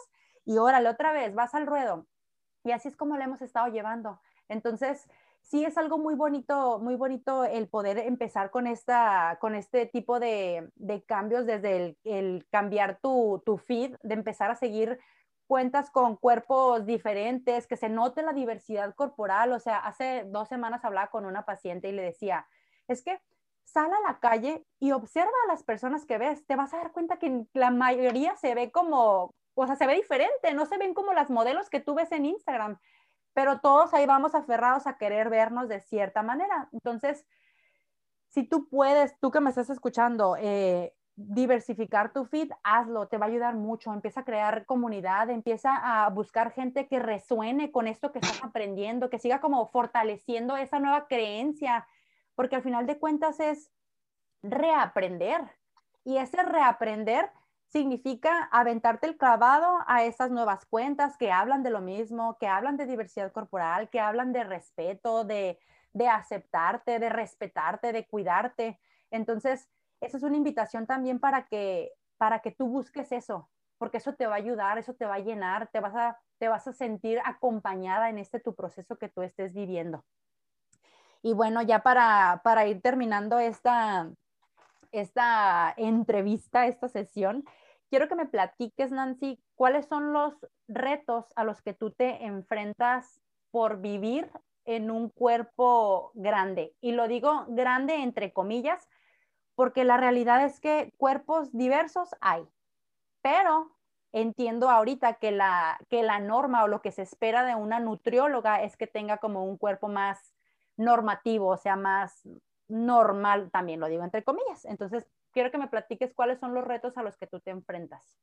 y órale, otra vez, vas al ruedo. Y así es como lo hemos estado llevando. Entonces, sí es algo muy bonito, muy bonito el poder empezar con, esta, con este tipo de, de cambios, desde el, el cambiar tu, tu feed, de empezar a seguir cuentas con cuerpos diferentes, que se note la diversidad corporal. O sea, hace dos semanas hablaba con una paciente y le decía, es que sal a la calle y observa a las personas que ves, te vas a dar cuenta que la mayoría se ve como, o sea, se ve diferente, no se ven como las modelos que tú ves en Instagram, pero todos ahí vamos aferrados a querer vernos de cierta manera. Entonces, si tú puedes, tú que me estás escuchando, eh, diversificar tu feed, hazlo, te va a ayudar mucho. Empieza a crear comunidad, empieza a buscar gente que resuene con esto que estás aprendiendo, que siga como fortaleciendo esa nueva creencia, porque al final de cuentas es reaprender. Y ese reaprender significa aventarte el clavado a esas nuevas cuentas que hablan de lo mismo, que hablan de diversidad corporal, que hablan de respeto, de, de aceptarte, de respetarte, de cuidarte. Entonces, esa es una invitación también para que, para que tú busques eso, porque eso te va a ayudar, eso te va a llenar, te vas a, te vas a sentir acompañada en este tu proceso que tú estés viviendo. Y bueno, ya para, para ir terminando esta, esta entrevista, esta sesión, quiero que me platiques, Nancy, cuáles son los retos a los que tú te enfrentas por vivir en un cuerpo grande. Y lo digo grande entre comillas, porque la realidad es que cuerpos diversos hay, pero entiendo ahorita que la, que la norma o lo que se espera de una nutrióloga es que tenga como un cuerpo más normativo, o sea, más normal, también lo digo entre comillas. Entonces, quiero que me platiques cuáles son los retos a los que tú te enfrentas.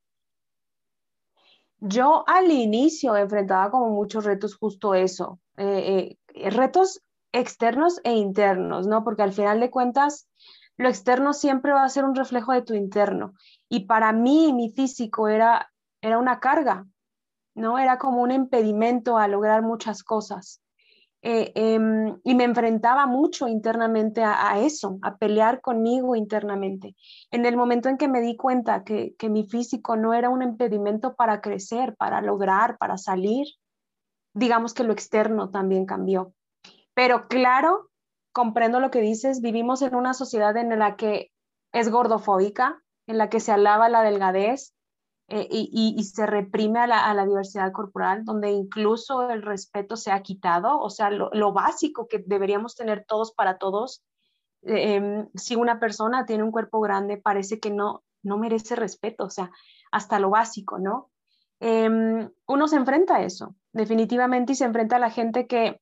Yo al inicio enfrentaba como muchos retos, justo eso, eh, eh, retos externos e internos, ¿no? Porque al final de cuentas, lo externo siempre va a ser un reflejo de tu interno. Y para mí, mi físico era, era una carga, ¿no? Era como un impedimento a lograr muchas cosas. Eh, eh, y me enfrentaba mucho internamente a, a, eso, a pelear conmigo internamente. En el momento en que me di cuenta que, que mi físico no era un impedimento para crecer, para lograr, para salir, digamos que lo externo también cambió. Pero claro, comprendo lo que dices, vivimos en una sociedad en la que es gordofóbica, en la que se alaba la delgadez, eh, y, y, se reprime a la, a la diversidad corporal, donde incluso el respeto se ha quitado, o sea, lo, lo básico que deberíamos tener todos para todos. Eh, si una persona tiene un cuerpo grande, parece que no, no merece respeto, o sea, hasta lo básico, ¿no? Eh, uno se enfrenta a eso, definitivamente, y se enfrenta a la gente que,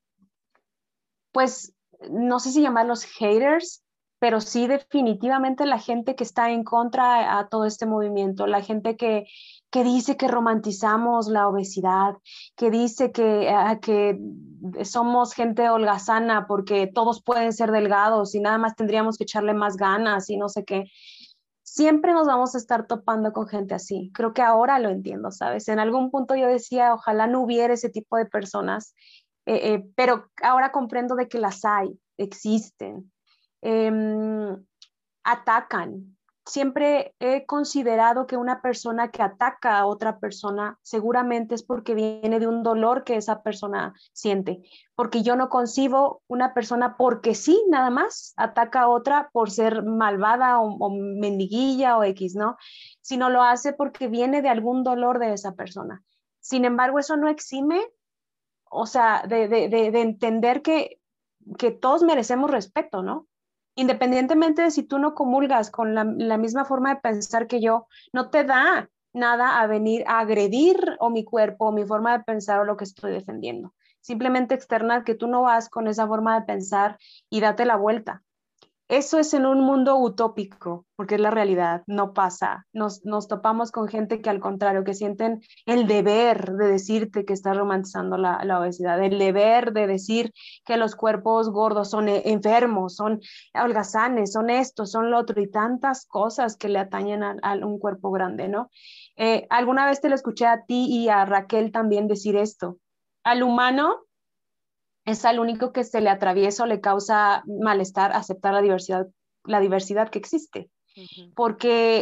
pues, no sé si llamarlos haters, pero sí definitivamente la gente que está en contra a, a todo este movimiento, la gente que, que dice que romantizamos la obesidad, que dice que, uh, que somos gente holgazana porque todos pueden ser delgados y nada más tendríamos que echarle más ganas y no sé qué. Siempre nos vamos a estar topando con gente así. Creo que ahora lo entiendo, ¿sabes? En algún punto yo decía, ojalá no hubiera ese tipo de personas, eh, eh, pero ahora comprendo de que las hay, existen. Eh, atacan. Siempre he considerado que una persona que ataca a otra persona seguramente es porque viene de un dolor que esa persona siente, porque yo no concibo una persona porque sí, nada más, ataca a otra por ser malvada o, o mendiguilla o X, ¿no? Sino lo hace porque viene de algún dolor de esa persona. Sin embargo, eso no exime, o sea, de, de, de, de entender que, que todos merecemos respeto, ¿no? Independientemente de si tú no comulgas con la, la, misma forma de pensar que yo, no te da nada a venir a agredir o mi cuerpo o mi forma de pensar o lo que estoy defendiendo. Simplemente externar que tú no vas con esa forma de pensar y date la vuelta. Eso es en un mundo utópico, porque es la realidad, no pasa. Nos, nos topamos con gente que al contrario, que sienten el deber de decirte que estás romantizando la, la obesidad, el deber de decir que los cuerpos gordos son enfermos, son holgazanes, son esto, son lo otro, y tantas cosas que le atañen a, a un cuerpo grande, ¿no? Eh, alguna vez te lo escuché a ti y a Raquel también decir esto. Al humano es al único que se le atraviesa o le causa malestar aceptar la diversidad, la diversidad que existe. Uh-huh. Porque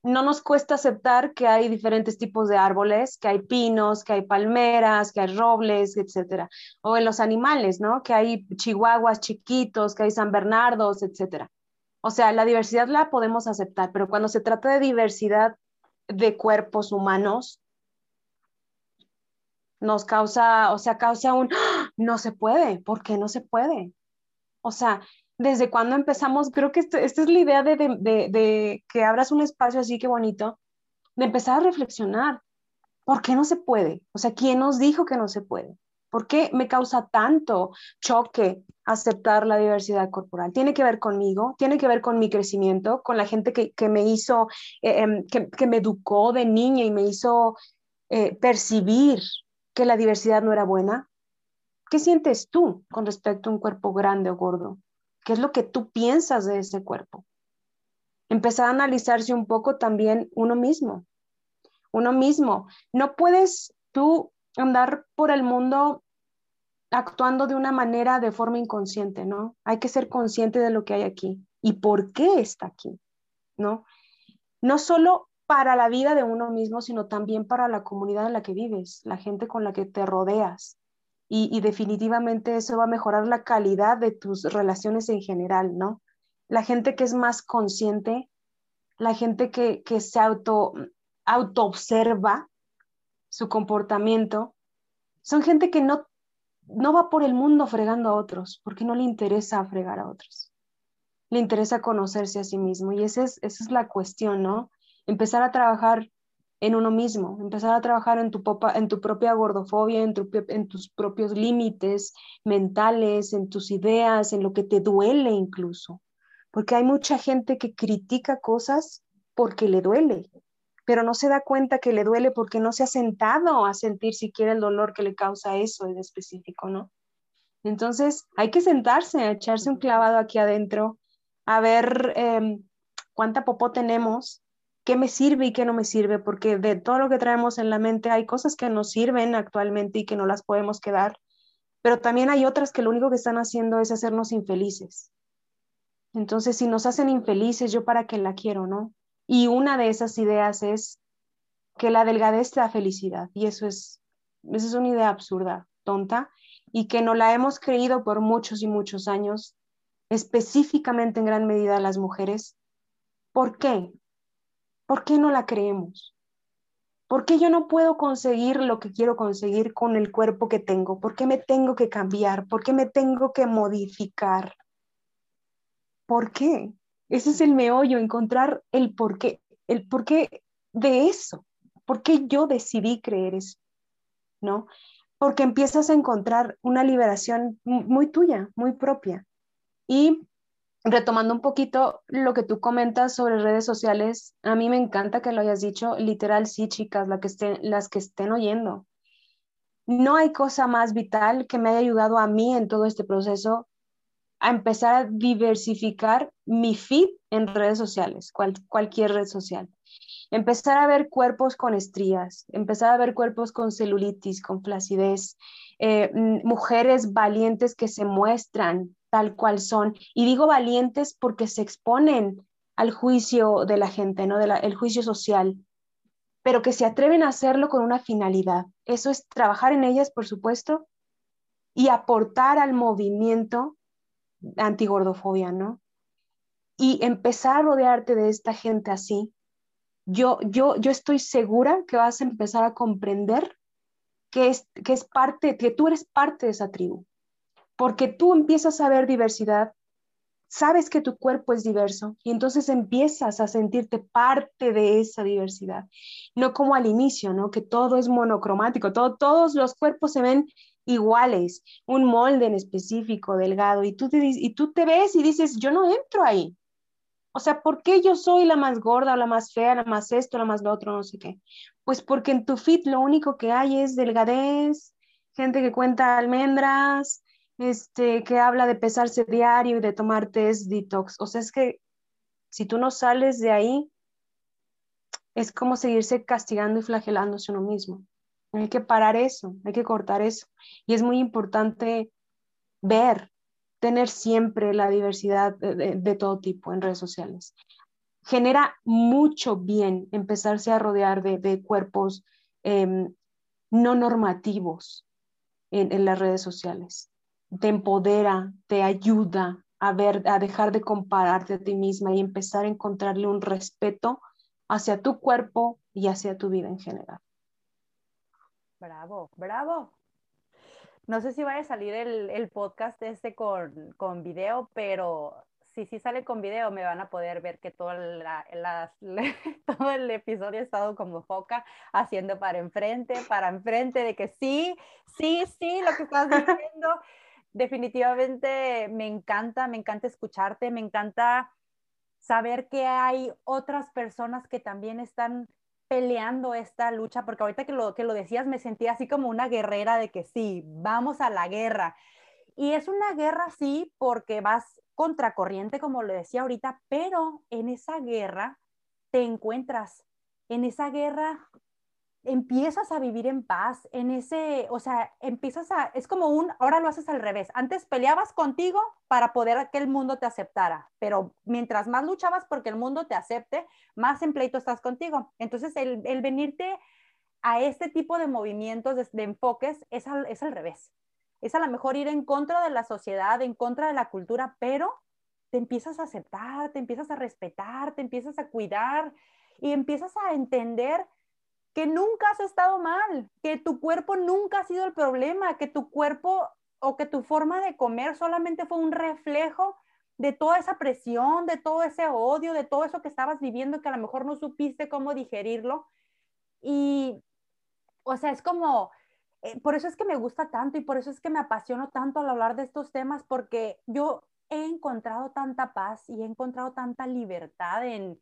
no nos cuesta aceptar que hay diferentes tipos de árboles, que hay pinos, que hay palmeras, que hay robles, etcétera. O en los animales, ¿no? Que hay chihuahuas chiquitos, que hay san bernardos, etcétera. O sea, la diversidad la podemos aceptar, pero cuando se trata de diversidad de cuerpos humanos, nos causa, o sea, causa un, ¡ah! No se puede, ¿por qué no se puede? O sea, ¿desde cuándo empezamos? Creo que esto, esta es la idea de, de, de, de que abras un espacio así, que bonito, de empezar a reflexionar. ¿Por qué no se puede? O sea, ¿quién nos dijo que no se puede? ¿Por qué me causa tanto choque aceptar la diversidad corporal? Tiene que ver conmigo, tiene que ver con mi crecimiento, con la gente que, que me hizo, eh, eh, que, que, me educó de niña y me hizo eh, percibir que la diversidad no era buena. ¿Qué sientes tú con respecto a un cuerpo grande o gordo? ¿Qué es lo que tú piensas de ese cuerpo? Empezar a analizarse un poco también uno mismo. Uno mismo. No puedes tú andar por el mundo actuando de una manera de forma inconsciente, ¿no? Hay que ser consciente de lo que hay aquí y por qué está aquí, ¿no? No solo para la vida de uno mismo, sino también para la comunidad en la que vives, la gente con la que te rodeas. Y, y definitivamente eso va a mejorar la calidad de tus relaciones en general, ¿no? La gente que es más consciente, la gente que, que se auto, auto observa su comportamiento, son gente que no, no va por el mundo fregando a otros, porque no le interesa fregar a otros. Le interesa conocerse a sí mismo. Y esa es, esa es la cuestión, ¿no? Empezar a trabajar en uno mismo, empezar a trabajar en tu, popa, en tu propia gordofobia, en, tu, en tus propios límites mentales, en tus ideas, en lo que te duele incluso. Porque hay mucha gente que critica cosas porque le duele, pero no se da cuenta que le duele porque no se ha sentado a sentir siquiera el dolor que le causa eso en específico, ¿no? Entonces hay que sentarse, a echarse un clavado aquí adentro, a ver eh, cuánta popó tenemos, qué me sirve y qué no me sirve, porque de todo lo que traemos en la mente hay cosas que nos sirven actualmente y que no las podemos quedar, pero también hay otras que lo único que están haciendo es hacernos infelices. Entonces, si nos hacen infelices, ¿yo para qué la quiero, no? Y una de esas ideas es que la delgadez da felicidad, y eso es, eso es una idea absurda, tonta, y que no la hemos creído por muchos y muchos años, específicamente en gran medida las mujeres. ¿Por qué? ¿Por qué no la creemos? ¿Por qué yo no puedo conseguir lo que quiero conseguir con el cuerpo que tengo? ¿Por qué me tengo que cambiar? ¿Por qué me tengo que modificar? ¿Por qué? Ese es el meollo, encontrar el por qué, el por qué de eso. ¿Por qué yo decidí creer eso? ¿No? Porque empiezas a encontrar una liberación muy tuya, muy propia. Y retomando un poquito lo que tú comentas sobre redes sociales, a mí me encanta que lo hayas dicho, literal, sí, chicas, la que estén, las que estén oyendo. No hay cosa más vital que me haya ayudado a mí en todo este proceso a empezar a diversificar mi feed en redes sociales, cual, cualquier red social. Empezar a ver cuerpos con estrías, empezar a ver cuerpos con celulitis, con flacidez, eh, mujeres valientes que se muestran tal cual son. Y digo valientes porque se exponen al juicio de la gente, ¿no? De la, el juicio social, pero que se atreven a hacerlo con una finalidad. Eso es trabajar en ellas, por supuesto, y aportar al movimiento antigordofobia, ¿no? Y empezar a rodearte de esta gente así, yo, yo, yo estoy segura que vas a empezar a comprender que es, que es parte, que tú eres parte de esa tribu, porque tú empiezas a ver diversidad, sabes que tu cuerpo es diverso y entonces empiezas a sentirte parte de esa diversidad, no como al inicio, ¿no? Que todo es monocromático, todo, todos los cuerpos se ven iguales, un molde en específico, delgado, y tú te, y tú te ves y dices, yo no entro ahí. O sea, ¿por qué yo soy la más gorda, o la más fea, la más esto, la más lo otro, no sé qué? Pues porque en tu feed lo único que hay es delgadez, gente que cuenta almendras, este, que habla de pesarse diario y de tomar test detox. O sea, es que si tú no sales de ahí, es como seguirse castigando y flagelándose uno mismo. Hay que parar eso, hay que cortar eso. Y es muy importante ver, tener siempre la diversidad de, de, de todo tipo en redes sociales. genera mucho bien empezarse a rodear de, de cuerpos eh, no normativos en, en las redes sociales. Te empodera, te ayuda a ver, a dejar de compararte a ti misma y empezar a encontrarle un respeto hacia tu cuerpo y hacia tu vida en general. Bravo, bravo. No sé si vaya a salir el, el podcast este con, con video, pero si sí sale con video me van a poder ver que todo, la, las, todo el episodio ha estado como foca, haciendo para enfrente, para enfrente, de que sí, sí, sí, lo que estás diciendo. Definitivamente me encanta, me encanta escucharte, me encanta saber que hay otras personas que también están peleando esta lucha, porque ahorita que lo, que lo decías me sentía así como una guerrera de que sí, vamos a la guerra. Y es una guerra, sí, porque vas contracorriente, como lo decía ahorita, pero en esa guerra te encuentras, en esa guerra empiezas a vivir en paz, en ese, o sea, empiezas a, es como un, ahora lo haces al revés. Antes peleabas contigo para poder que el mundo te aceptara, pero mientras más luchabas porque el mundo te acepte, más en pleito estás contigo. Entonces, el, el venirte a este tipo de movimientos, de, de enfoques, es al, es al revés. Es a lo mejor ir en contra de la sociedad, en contra de la cultura, pero te empiezas a aceptar, te empiezas a respetar, te empiezas a cuidar y empiezas a entender que nunca has estado mal, que tu cuerpo nunca ha sido el problema, que tu cuerpo o que tu forma de comer solamente fue un reflejo de toda esa presión, de todo ese odio, de todo eso que estabas viviendo que a lo mejor no supiste cómo digerirlo. Y, o sea, es como, eh, por eso es que me gusta tanto y por eso es que me apasiono tanto al hablar de estos temas, porque yo he encontrado tanta paz y he encontrado tanta libertad en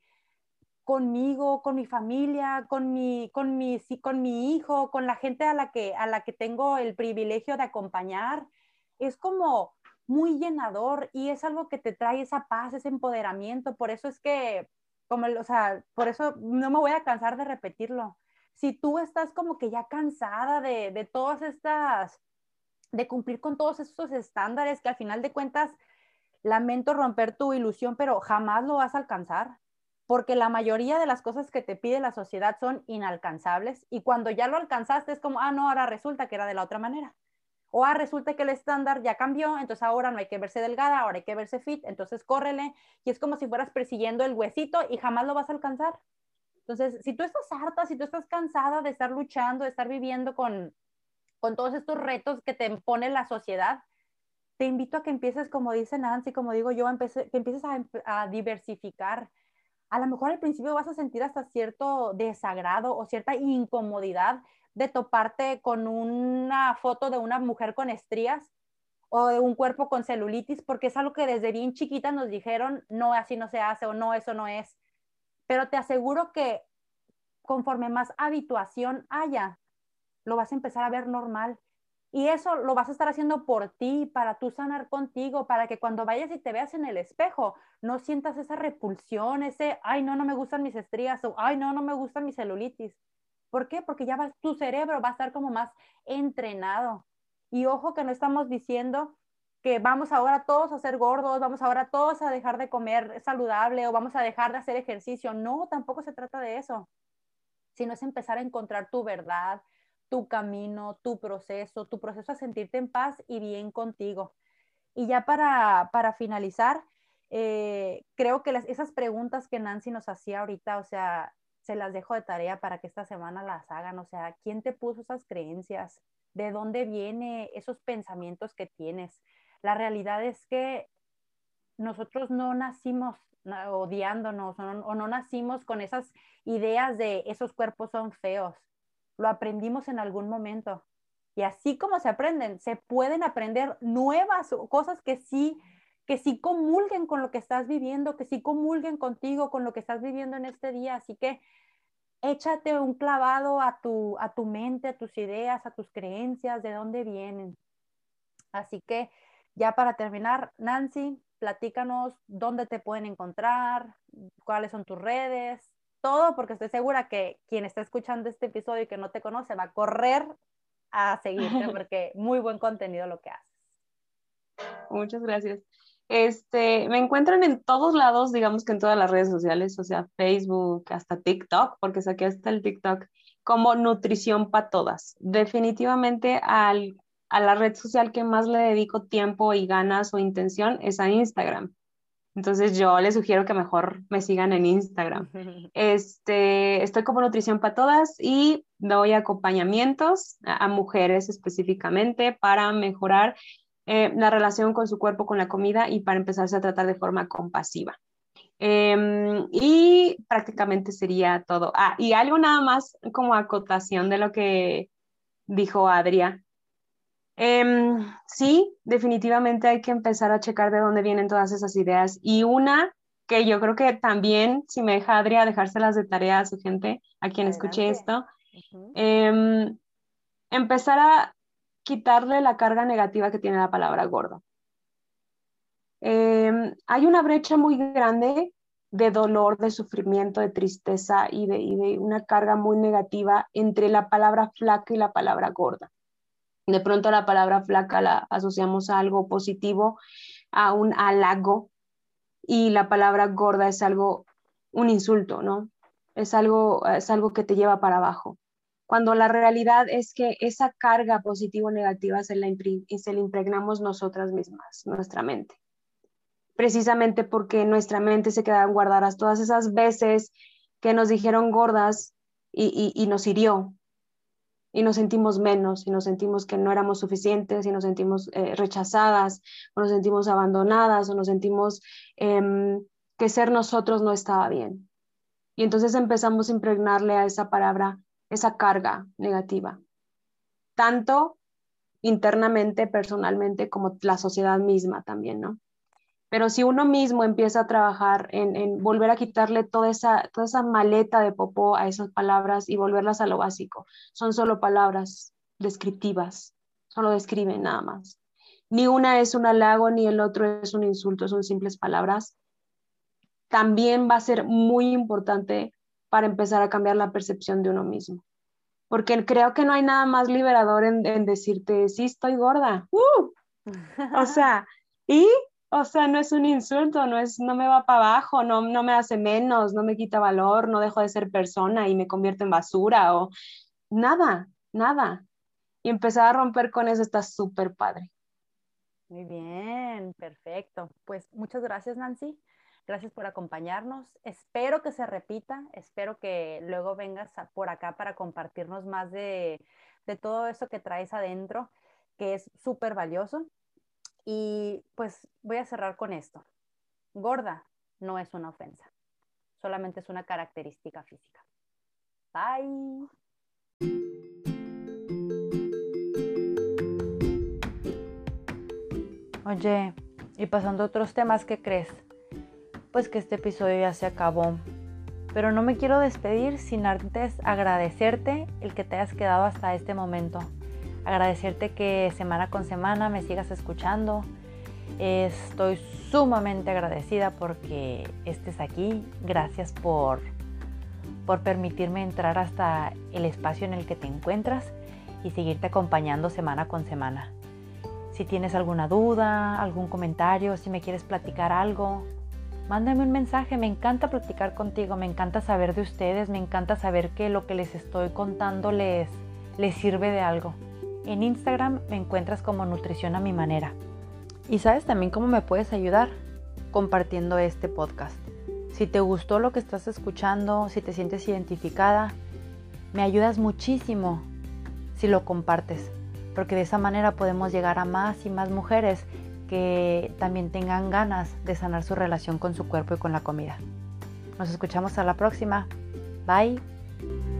conmigo, con mi familia, con mi, con mi, con mi hijo, con la gente a la, que, a la que tengo el privilegio de acompañar. Es como muy llenador y es algo que te trae esa paz, ese empoderamiento. Por eso es que, como, o sea, por eso no me voy a cansar de repetirlo. Si tú estás como que ya cansada de, de todas estas, de cumplir con todos estos estándares que al final de cuentas, lamento romper tu ilusión, pero jamás lo vas a alcanzar, porque la mayoría de las cosas que te pide la sociedad son inalcanzables y cuando ya lo alcanzaste es como, ah, no, ahora resulta que era de la otra manera. O ah, resulta que el estándar ya cambió, entonces ahora no hay que verse delgada, ahora hay que verse fit, entonces córrele. Y es como si fueras persiguiendo el huesito y jamás lo vas a alcanzar. Entonces, si tú estás harta, si tú estás cansada de estar luchando, de estar viviendo con, con todos estos retos que te pone la sociedad, te invito a que empieces, como dice Nancy, como digo yo, empecé, que empieces a, a diversificar. A lo mejor al principio vas a sentir hasta cierto desagrado o cierta incomodidad de toparte con una foto de una mujer con estrías o de un cuerpo con celulitis, porque es algo que desde bien chiquita nos dijeron, no, así no se hace o no, eso no es. Pero te aseguro que conforme más habituación haya, lo vas a empezar a ver normal. Y eso lo vas a estar haciendo por ti, para tú sanar contigo, para que cuando vayas y te veas en el espejo, no sientas esa repulsión, ese, ay, no, no me gustan mis estrías, o ay, no, no me gusta mi celulitis. ¿Por qué? Porque ya va, tu cerebro va a estar como más entrenado. Y ojo que no estamos diciendo que vamos ahora todos a ser gordos, vamos ahora todos a dejar de comer saludable o vamos a dejar de hacer ejercicio. No, tampoco se trata de eso, sino es empezar a encontrar tu verdad, tu camino, tu proceso, tu proceso a sentirte en paz y bien contigo. Y ya para, para finalizar, eh, creo que las, esas preguntas que Nancy nos hacía ahorita, o sea, se las dejo de tarea para que esta semana las hagan. O sea, ¿quién te puso esas creencias? ¿De dónde vienen esos pensamientos que tienes? La realidad es que nosotros no nacimos odiándonos o no, o no nacimos con esas ideas de esos cuerpos son feos. Lo aprendimos en algún momento. Y así como se aprenden, se pueden aprender nuevas cosas que sí, que sí comulguen con lo que estás viviendo, que sí comulguen contigo, con lo que estás viviendo en este día. Así que échate un clavado a tu, a tu mente, a tus ideas, a tus creencias, de dónde vienen. Así que ya para terminar, Nancy, platícanos dónde te pueden encontrar, cuáles son tus redes, todo, porque estoy segura que quien está escuchando este episodio y que no te conoce va a correr a seguirte porque muy buen contenido lo que haces. Muchas gracias. Este, me encuentran en todos lados, digamos que en todas las redes sociales, o sea, Facebook, hasta TikTok, porque saqué hasta el TikTok, como Nutrición para Todas. Definitivamente al, a la red social que más le dedico tiempo y ganas o intención es a Instagram. Entonces yo les sugiero que mejor me sigan en Instagram. Este, estoy como Nutrición para Todas y doy acompañamientos a, a mujeres específicamente para mejorar eh, la relación con su cuerpo, con la comida y para empezarse a tratar de forma compasiva. Eh, y prácticamente sería todo. Ah, y algo nada más como acotación de lo que dijo Adria. Eh, sí, definitivamente hay que empezar a checar de dónde vienen todas esas ideas. Y una que yo creo que también, si me deja Adria dejárselas de tarea a su gente, a quien escuche Adelante. esto, Uh-huh. eh, empezar a quitarle la carga negativa que tiene la palabra gordo. Eh, hay una brecha muy grande de dolor, de sufrimiento, de tristeza y de, y de una carga muy negativa entre la palabra flaca y la palabra gorda. De pronto la palabra flaca la asociamos a algo positivo, a un halago, y la palabra gorda es algo, un insulto, ¿no? Es algo, es algo que te lleva para abajo. Cuando la realidad es que esa carga positiva o negativa se la, se la impregnamos nosotras mismas, nuestra mente. Precisamente porque en nuestra mente se quedaron guardadas todas esas veces que nos dijeron gordas y, y, y nos hirió, y nos sentimos menos, y nos sentimos que no éramos suficientes, y nos sentimos eh, rechazadas, o nos sentimos abandonadas, o nos sentimos eh, que ser nosotros no estaba bien. Y entonces empezamos a impregnarle a esa palabra esa carga negativa, tanto internamente, personalmente, como la sociedad misma también, ¿no? Pero si uno mismo empieza a trabajar en, en volver a quitarle toda esa, toda esa maleta de popó a esas palabras y volverlas a lo básico, son solo palabras descriptivas, solo describen nada más. Ni una es un halago, ni el otro es un insulto, son simples palabras. También va a ser muy importante para empezar a cambiar la percepción de uno mismo. Porque creo que no hay nada más liberador en, en decirte, sí, estoy gorda. ¡Uh! O sea, y o sea, no es un insulto, no, es, no me va para abajo, no, no me hace menos, no me quita valor, no dejo de ser persona y me convierto en basura o nada, nada. Y empezar a romper con eso está súper padre. Muy bien, perfecto. Pues muchas gracias, Nancy. Gracias por acompañarnos. Espero que se repita, espero que luego vengas a- por acá para compartirnos más de, de todo eso que traes adentro, que es súper valioso. Y pues voy a cerrar con esto. Gorda no es una ofensa, solamente es una característica física. Bye. Oye, y pasando a otros temas, ¿qué crees? Pues que este episodio ya se acabó. Pero no me quiero despedir sin antes agradecerte el que te hayas quedado hasta este momento. Agradecerte que semana con semana me sigas escuchando. Estoy sumamente agradecida porque estés aquí. Gracias por, por permitirme entrar hasta el espacio en el que te encuentras y seguirte acompañando semana con semana. Si tienes alguna duda, algún comentario, si me quieres platicar algo, mándame un mensaje. Me encanta platicar contigo, me encanta saber de ustedes, me encanta saber que lo que les estoy contando les, les sirve de algo. En Instagram me encuentras como Nutrición a mi manera. Y sabes también cómo me puedes ayudar compartiendo este podcast. Si te gustó lo que estás escuchando, si te sientes identificada, me ayudas muchísimo si lo compartes, porque de esa manera podemos llegar a más y más mujeres que también tengan ganas de sanar su relación con su cuerpo y con la comida. Nos escuchamos a la próxima. Bye.